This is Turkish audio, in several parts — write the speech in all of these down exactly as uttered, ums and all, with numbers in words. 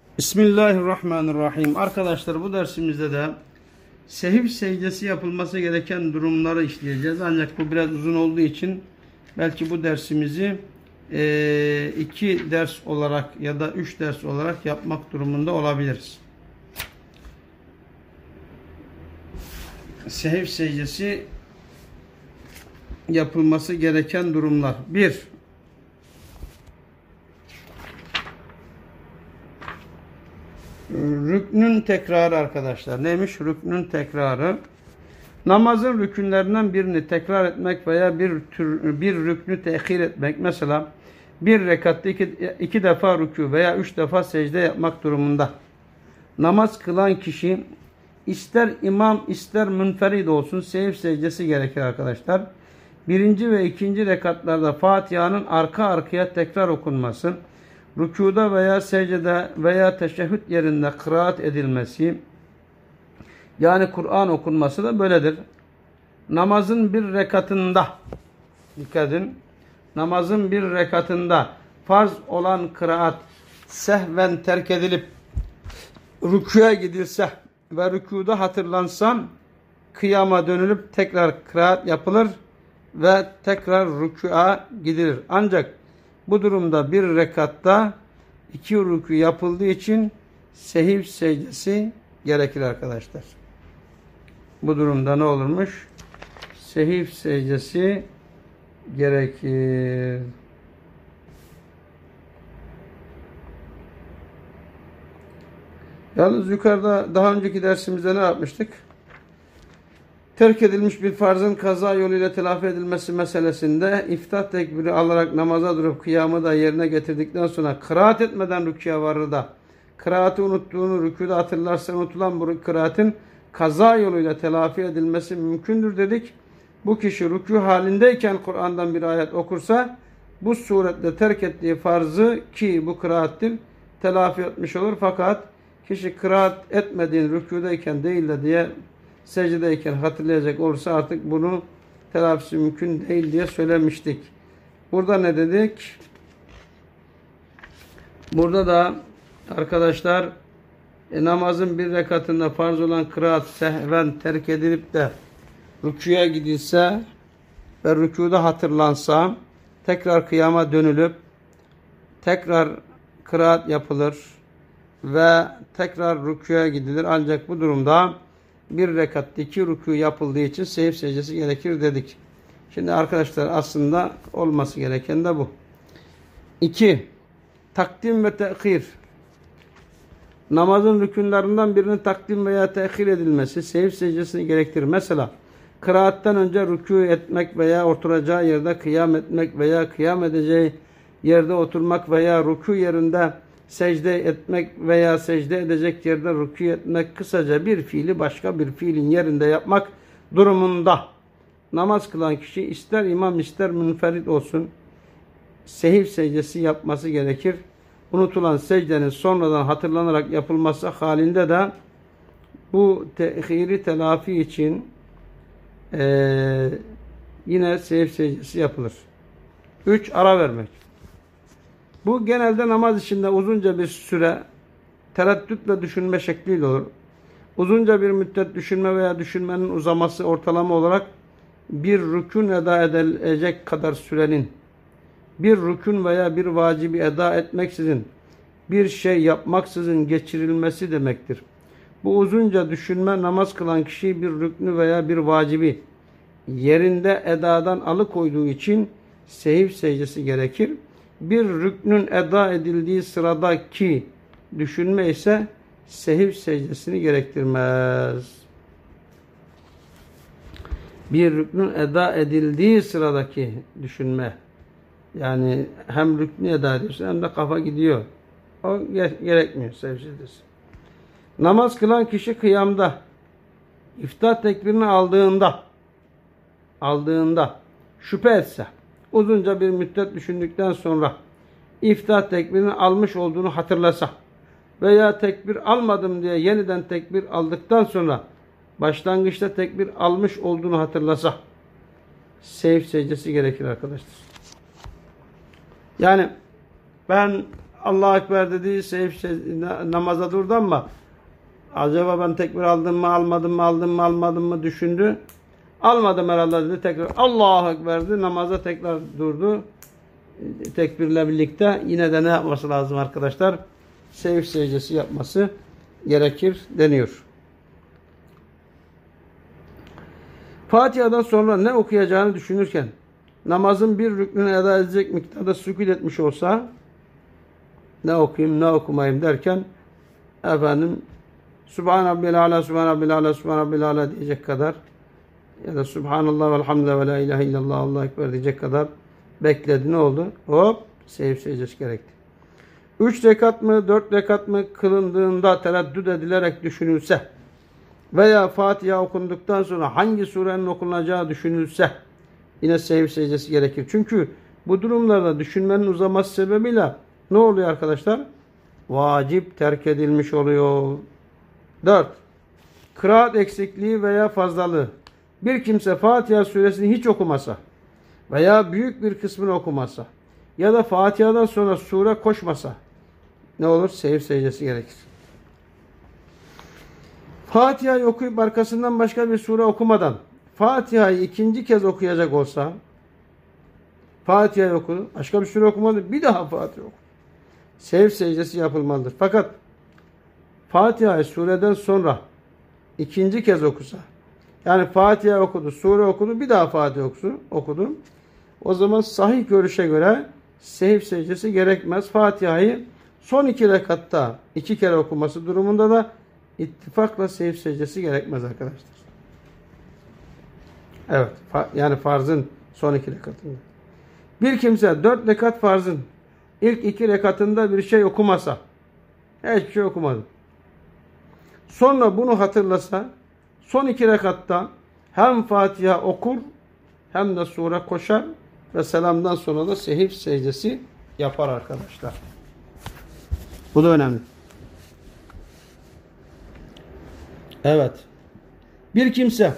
Bismillahirrahmanirrahim. Arkadaşlar bu dersimizde de sehiv secdesi yapılması gereken durumları işleyeceğiz. Ancak bu biraz uzun olduğu için belki bu dersimizi e, iki ders olarak ya da üç ders olarak yapmak durumunda olabiliriz. Sehiv secdesi yapılması gereken durumlar. bir. Rüknün tekrarı arkadaşlar. Neymiş? Rüknün tekrarı. Namazın rükünlerinden birini tekrar etmek veya bir tür, bir rüknü tehir etmek. Mesela bir rekatta iki, iki defa rükû veya üç defa secde yapmak durumunda. Namaz kılan kişi ister imam ister münferid olsun sehiv secdesi gerekir arkadaşlar. Birinci ve ikinci rekatlarda Fatiha'nın arka arkaya tekrar okunması, rükuda veya secdede veya teşehhüd yerinde kıraat edilmesi, yani Kur'an okunması da böyledir. Namazın bir rekatında, dikkat edin, namazın bir rekatında farz olan kıraat sehven terk edilip rükûya gidilse ve rükûda hatırlansam kıyama dönülüp tekrar kıraat yapılır ve tekrar rükûa gidilir. Ancak bu durumda bir rekatta iki rükû yapıldığı için sehiv secdesi gerekir arkadaşlar. Bu durumda ne olurmuş? Sehiv secdesi gerekir. Yalnız yukarıda daha önceki dersimizde ne yapmıştık? Terk edilmiş bir farzın kaza yoluyla telafi edilmesi meselesinde iftah tekbiri alarak namaza durup kıyamı da yerine getirdikten sonra kıraat etmeden rükûya varır da kıraatı unuttuğunu rükûda hatırlarsa unutulan bu kıraatın kaza yoluyla telafi edilmesi mümkündür dedik. Bu kişi rükû halindeyken Kur'an'dan bir ayet okursa bu suretle terk ettiği farzı, ki bu kıraattir, telafi etmiş olur. Fakat kişi kıraat etmediğin rükûdayken değil de diye secdedeyken hatırlayacak olursa artık bunu telafisi mümkün değil diye söylemiştik. Burada ne dedik? Burada da arkadaşlar e, namazın bir rekatında farz olan kıraat sehven terk edilip de rükûya gidilse ve rükûda hatırlansa tekrar kıyama dönülüp tekrar kıraat yapılır ve tekrar rükûya gidilir. Ancak bu durumda bir rekatta iki rükû yapıldığı için sehiv secdesi gerekir dedik. Şimdi arkadaşlar aslında olması gereken de bu. iki. Takdim ve tehir. Namazın rükünlerinden birinin takdim veya tehir edilmesi sehiv secdesini gerektirir. Mesela kıraatten önce rükû etmek veya oturacağı yerde kıyam etmek veya kıyam edeceği yerde oturmak veya rükû yerinde secde etmek veya secde edecek yerde rükû etmek, kısaca bir fiili başka bir fiilin yerinde yapmak durumunda namaz kılan kişi ister imam ister münferid olsun sehiv secdesi yapması gerekir. Unutulan secdenin sonradan hatırlanarak yapılması halinde de bu tehiri telafi için ee, yine sehiv secdesi yapılır. üç. Ara vermek. Bu genelde namaz içinde uzunca bir süre tereddütle düşünme şekliyle olur. Uzunca bir müddet düşünme veya düşünmenin uzaması ortalama olarak bir rükün eda edilecek kadar sürenin bir rükün veya bir vacibi eda etmeksizin bir şey yapmaksızın geçirilmesi demektir. Bu uzunca düşünme namaz kılan kişi bir rüknü veya bir vacibi yerinde edadan alıkoyduğu için sehiv secdesi gerekir. Bir rüknün eda edildiği sıradaki düşünme ise sehiv secdesini gerektirmez. Bir rüknün eda edildiği sıradaki düşünme, yani hem rüknü eda ediyorsun hem de kafa gidiyor, o gerekmiyor sehiv secdesi. Namaz kılan kişi kıyamda iftah tekbirini aldığında aldığında şüphe etse, uzunca bir müddet düşündükten sonra iftah tekbirini almış olduğunu hatırlasa veya tekbir almadım diye yeniden tekbir aldıktan sonra başlangıçta tekbir almış olduğunu hatırlasa sehiv secdesi gerekir arkadaşlar. Yani ben Allahu Ekber dedi, seyf namaza durdu ama acaba ben tekbir aldım mı, almadım mı, aldım mı, almadım mı düşündü. Almadım herhalde dedi. Tekrar Allahu Ekber dedi. Namaza tekrar durdu. Tekbirle birlikte yine de ne yapması lazım arkadaşlar? Seyf secdesi yapması gerekir deniyor. Fatiha'dan sonra ne okuyacağını düşünürken namazın bir rüknünü eda edecek miktarda sükût etmiş olsa ne okuyayım ne okumayayım derken efendim Subhan Rabbiyal Ala, Subhan Rabbiyal Ala, Subhan Rabbiyal Ala diyecek kadar ya da Subhanallah velhamdülillah ve la ilahe illallah Allahu Ekber diyecek kadar bekledi. Ne oldu? Hop seyf secdesi gerekti. Üç rekat mı, dört rekat mı kılındığında tereddüt edilerek düşünülse veya Fatiha okunduktan sonra hangi surenin okunacağı düşünülse yine seyf secdesi gerekir. Çünkü bu durumlarda düşünmenin uzaması sebebiyle ne oluyor arkadaşlar? Vacip terk edilmiş oluyor. dört. Kıraat eksikliği veya fazlalığı. Bir kimse Fatiha suresini hiç okumasa veya büyük bir kısmını okumasa ya da Fatiha'dan sonra sure koşmasa ne olur? Seyf secdesi gerekir. Fatiha'yı okuyup arkasından başka bir sure okumadan Fatiha'yı ikinci kez okuyacak olsa Fatiha'yı okudu, başka bir sure okumadı, bir daha Fatiha okudu. Seyf secdesi yapılmalıdır. Fakat Fatiha'yı sureden sonra ikinci kez okusa, yani Fatiha okudu, sure okudu, bir daha Fatiha okudu, okudu. O zaman sahih görüşe göre seyf secdesi gerekmez. Fatiha'yı son iki rekatta iki kere okuması durumunda da ittifakla seyf secdesi gerekmez arkadaşlar. Evet, yani farzın son iki rekatında. Bir kimse dört rekat farzın ilk iki rekatında bir şey okumasa, hiçbir şey okumadı. Sonra bunu hatırlasa, son iki rekatta hem Fatiha okur, hem de sure koşar ve selamdan sonra da seyf secdesi yapar arkadaşlar. Bu da önemli. Evet. Bir kimse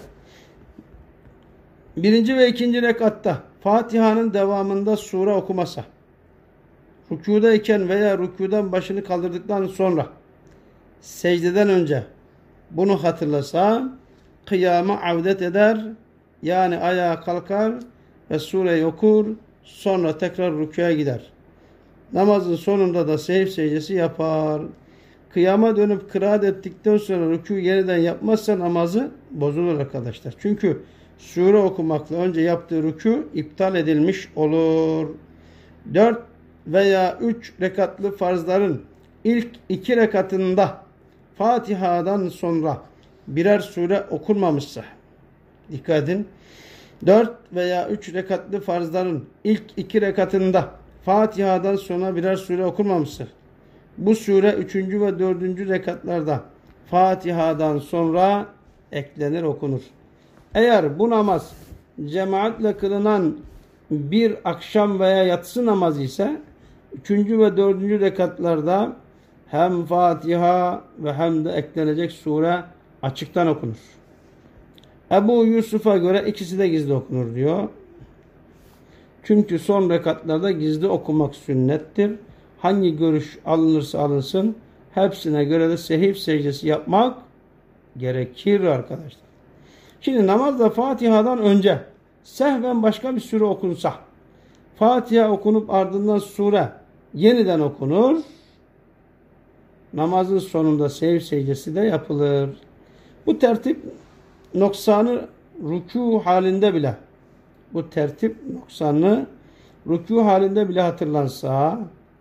birinci ve ikinci rekatta Fatiha'nın devamında sure okumasa, rükûdayken veya rükûdan başını kaldırdıktan sonra secdeden önce bunu hatırlasa kıyama avdet eder, yani ayağa kalkar ve sureyi okur, sonra tekrar rükûya gider. Namazın sonunda da seyf secdesi yapar. Kıyama dönüp kıraat ettikten sonra rükû yeniden yapmazsa namazı bozulur arkadaşlar. Çünkü sure okumakla önce yaptığı rükû iptal edilmiş olur. Dört veya üç rekatlı farzların ilk iki rekatında Fatiha'dan sonra birer sure okunmamışsa, dikkat edin, dört veya üç rekatlı farzların ilk iki rekatında Fatiha'dan sonra birer sure okunmamıştır. Bu sure üçüncü ve dördüncü rekatlarda Fatiha'dan sonra eklenir, okunur. Eğer bu namaz cemaatle kılınan bir akşam veya yatsı namazı ise üçüncü ve dördüncü rekatlarda hem Fatiha ve hem de eklenecek sure açıktan okunur. Ebu Yusuf'a göre ikisi de gizli okunur diyor. Çünkü son rekatlarda gizli okumak sünnettir. Hangi görüş alınırsa alınsın hepsine göre de seyf secdesi yapmak gerekir arkadaşlar. Şimdi namazda Fatiha'dan önce sehven başka bir sure okunsa, Fatiha okunup ardından sure yeniden okunur. Namazın sonunda seyf secdesi de yapılır. Bu tertip noksanı rükû halinde bile bu tertip noksanı rükû halinde bile hatırlansa,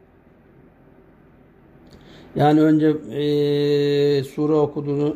yani önce e, sure okuduğunu,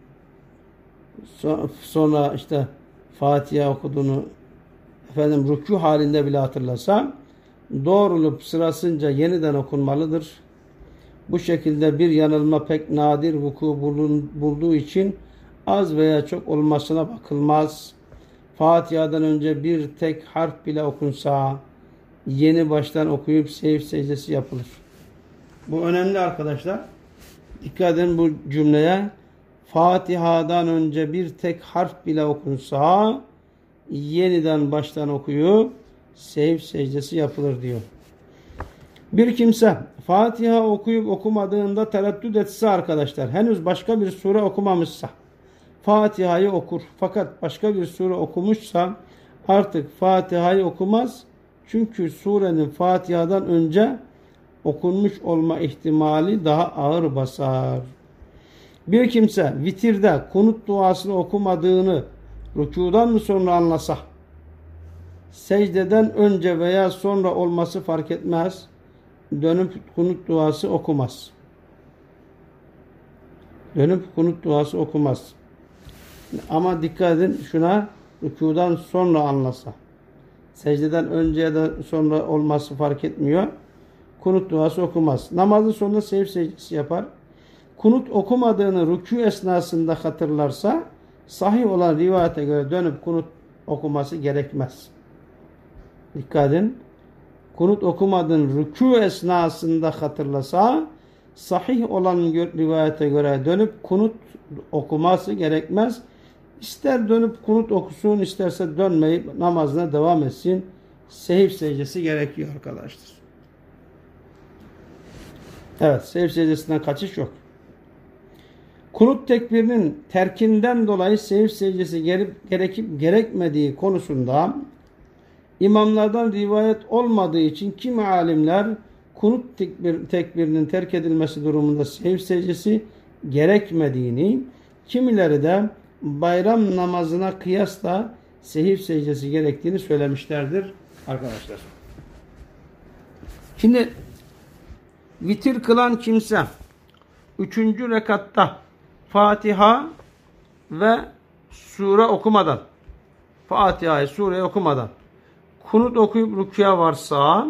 sonra işte Fatiha okuduğunu efendim rükû halinde bile hatırlasa doğrulup sırasınca yeniden okunmalıdır. Bu şekilde bir yanılma pek nadir vuku bulduğu için az veya çok olmasına bakılmaz. Fatiha'dan önce bir tek harf bile okunsa yeni baştan okuyup seyf secdesi yapılır. Bu önemli arkadaşlar. Dikkat edin bu cümleye. Fatiha'dan önce bir tek harf bile okunsa yeniden baştan okuyup seyf secdesi yapılır diyor. Bir kimse Fatiha okuyup okumadığında tereddüt etse arkadaşlar, henüz başka bir sure okumamışsa Fatiha'yı okur. Fakat başka bir sure okumuşsa artık Fatiha'yı okumaz. Çünkü surenin Fatiha'dan önce okunmuş olma ihtimali daha ağır basar. Bir kimse vitirde kunut duasını okumadığını rükudan mı sonra anlasa, secdeden önce veya sonra olması fark etmez, dönüp kunut duası okumaz. Dönüp kunut duası okumaz. Ama dikkat edin şuna, rükudan sonra anlasa. Secdeden önce ya da sonra olması fark etmiyor. Kunut duası okumaz. Namazın sonunda sev secdesi yapar. Kunut okumadığını rükû esnasında hatırlarsa sahih olan rivayete göre dönüp kunut okuması gerekmez. Dikkat edin. Kunut okumadığını rükû esnasında hatırlasa sahih olan rivayete göre dönüp kunut okuması gerekmez. İster dönüp kunut okusun, isterse dönmeyip namazına devam etsin. Sehv secdesi gerekiyor arkadaşlar. Evet, sehv secdesinden kaçış yok. Kunut tekbirinin terkinden dolayı sehv secdesi gerekip gerekmediği konusunda imamlardan rivayet olmadığı için kimi alimler kunut tekbir, tekbirinin terk edilmesi durumunda sehv secdesi gerekmediğini, kimileri de bayram namazına kıyasla sehv secdesi gerektiğini söylemişlerdir arkadaşlar. Şimdi vitir kılan kimse üçüncü rekatta Fatiha ve sure okumadan, Fatiha'yı sureyi okumadan kunut okuyup rükûya varsa,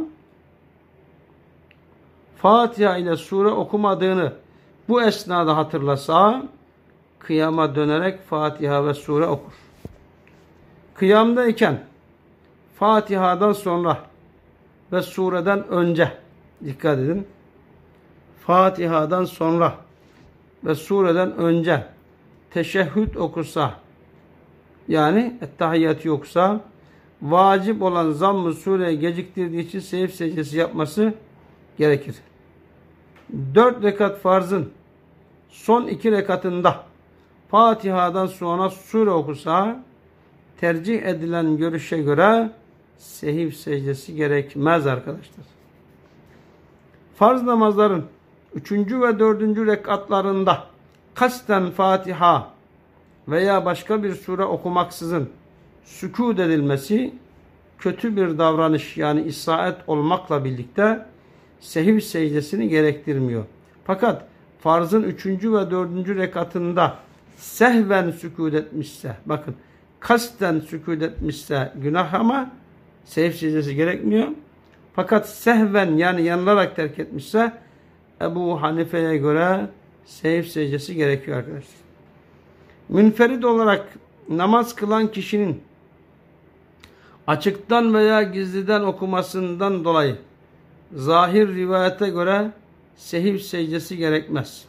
Fatiha ile sure okumadığını bu esnada hatırlasa, kıyama dönerek Fatiha ve sure okur. Kıyamdayken Fatiha'dan sonra ve sureden önce, dikkat edin, Fatiha'dan sonra ve sureden önce teşehhüd okursa, yani ettehiyyatı yoksa, vacip olan zamm-ı sureyi geciktirdiği için sehv secdesi yapması gerekir. Dört rekat farzın son iki rekatında Fatiha'dan sonra sure okursa, tercih edilen görüşe göre sehv secdesi gerekmez arkadaşlar. Farz namazların üçüncü ve dördüncü rekatlarında kasten Fatiha veya başka bir sure okumaksızın sükût edilmesi kötü bir davranış, yani isaet olmakla birlikte sehv secdesini gerektirmiyor. Fakat farzın üçüncü ve dördüncü rekatında sehven sükût etmişse, bakın kasten sükût etmişse günah ama sehv secdesi gerekmiyor. Fakat sehven, yani yanılarak terk etmişse Ebu Hanife'ye göre sehv secdesi gerekiyor arkadaşlar. Münferid olarak namaz kılan kişinin açıktan veya gizliden okumasından dolayı zahir rivayete göre sehv secdesi gerekmez.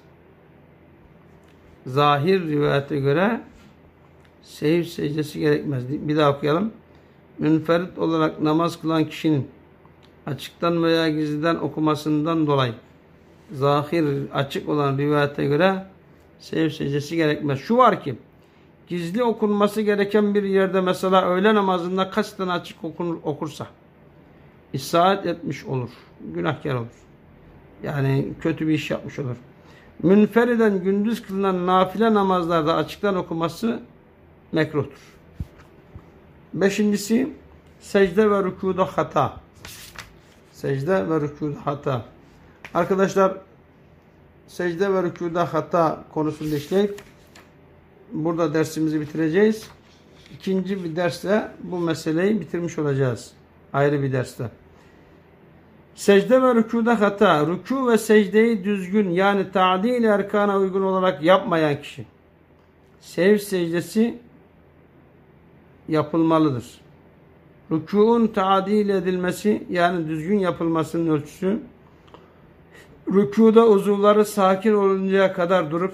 Zahir rivayete göre sehv secdesi gerekmez. Bir daha okuyalım. Münferid olarak namaz kılan kişinin açıktan veya gizliden okumasından dolayı zahir açık olan rivayete göre sehv secdesi gerekmez. Şu var ki, gizli okunması gereken bir yerde, mesela öğle namazında kasten açık okunur, okursa isaat etmiş olur. Günahkar olur. Yani kötü bir iş yapmış olur. Münferiden gündüz kılınan nafile namazlarda açıktan okuması mekruhtur. Beşincisi, secde ve rükûda hata. Secde ve rükûda hata. Arkadaşlar, secde ve rükûda hata konusunu işleyip burada dersimizi bitireceğiz. İkinci bir derste bu meseleyi bitirmiş olacağız. Ayrı bir derste. Secde ve rükûda hata. Rükû ve secdeyi düzgün, yani ta'dil erkana uygun olarak yapmayan kişi sehv secdesi yapılmalıdır. Rükûun ta'dil edilmesi, yani düzgün yapılmasının ölçüsü, rükûda uzuvları sakin oluncaya kadar durup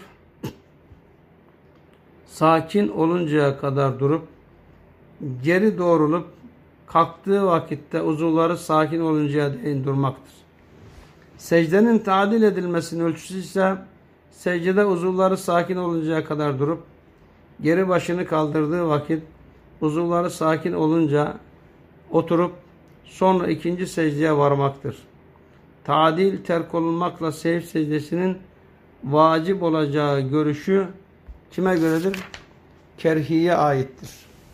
sakin oluncaya kadar durup geri doğrulup kalktığı vakitte uzuvları sakin oluncaya değin durmaktır. Secdenin tadil edilmesinin ölçüsü ise secdede uzuvları sakin oluncaya kadar durup geri başını kaldırdığı vakit uzuvları sakin olunca oturup sonra ikinci secdeye varmaktır. Tadil terk olunmakla sehiv secdesinin vacip olacağı görüşü kime göredir? Kerhiye aittir.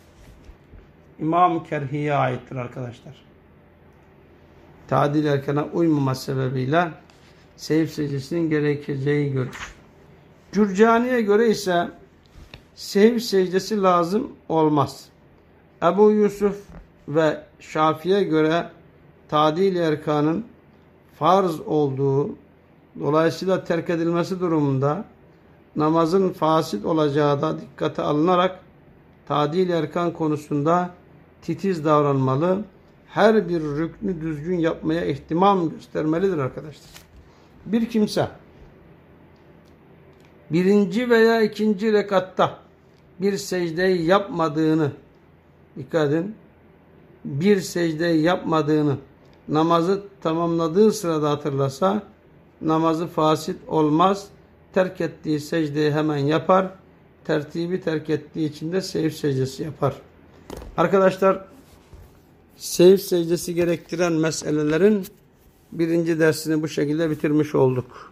İmam Kerhiye aittir arkadaşlar. Tadil erkana uymama sebebiyle sehiv secdesinin gerekeceği görüş. Cürcani'ye göre ise sehiv secdesi lazım olmaz. Ebu Yusuf ve Şafii'ye göre tadil erkanın farz olduğu, dolayısıyla terk edilmesi durumunda namazın fasit olacağı da dikkate alınarak tadil erkan konusunda titiz davranmalı, her bir rüknü düzgün yapmaya ihtimam göstermelidir arkadaşlar. Bir kimse birinci veya ikinci rekatta bir secdeyi yapmadığını, dikkat edin, bir secdeyi yapmadığını namazı tamamladığı sırada hatırlasa namazı fasit olmaz. Terk ettiği secdeyi hemen yapar. Tertibi terk ettiği için de sehiv secdesi yapar. Arkadaşlar, sehiv secdesi gerektiren meselelerin birinci dersini bu şekilde bitirmiş olduk.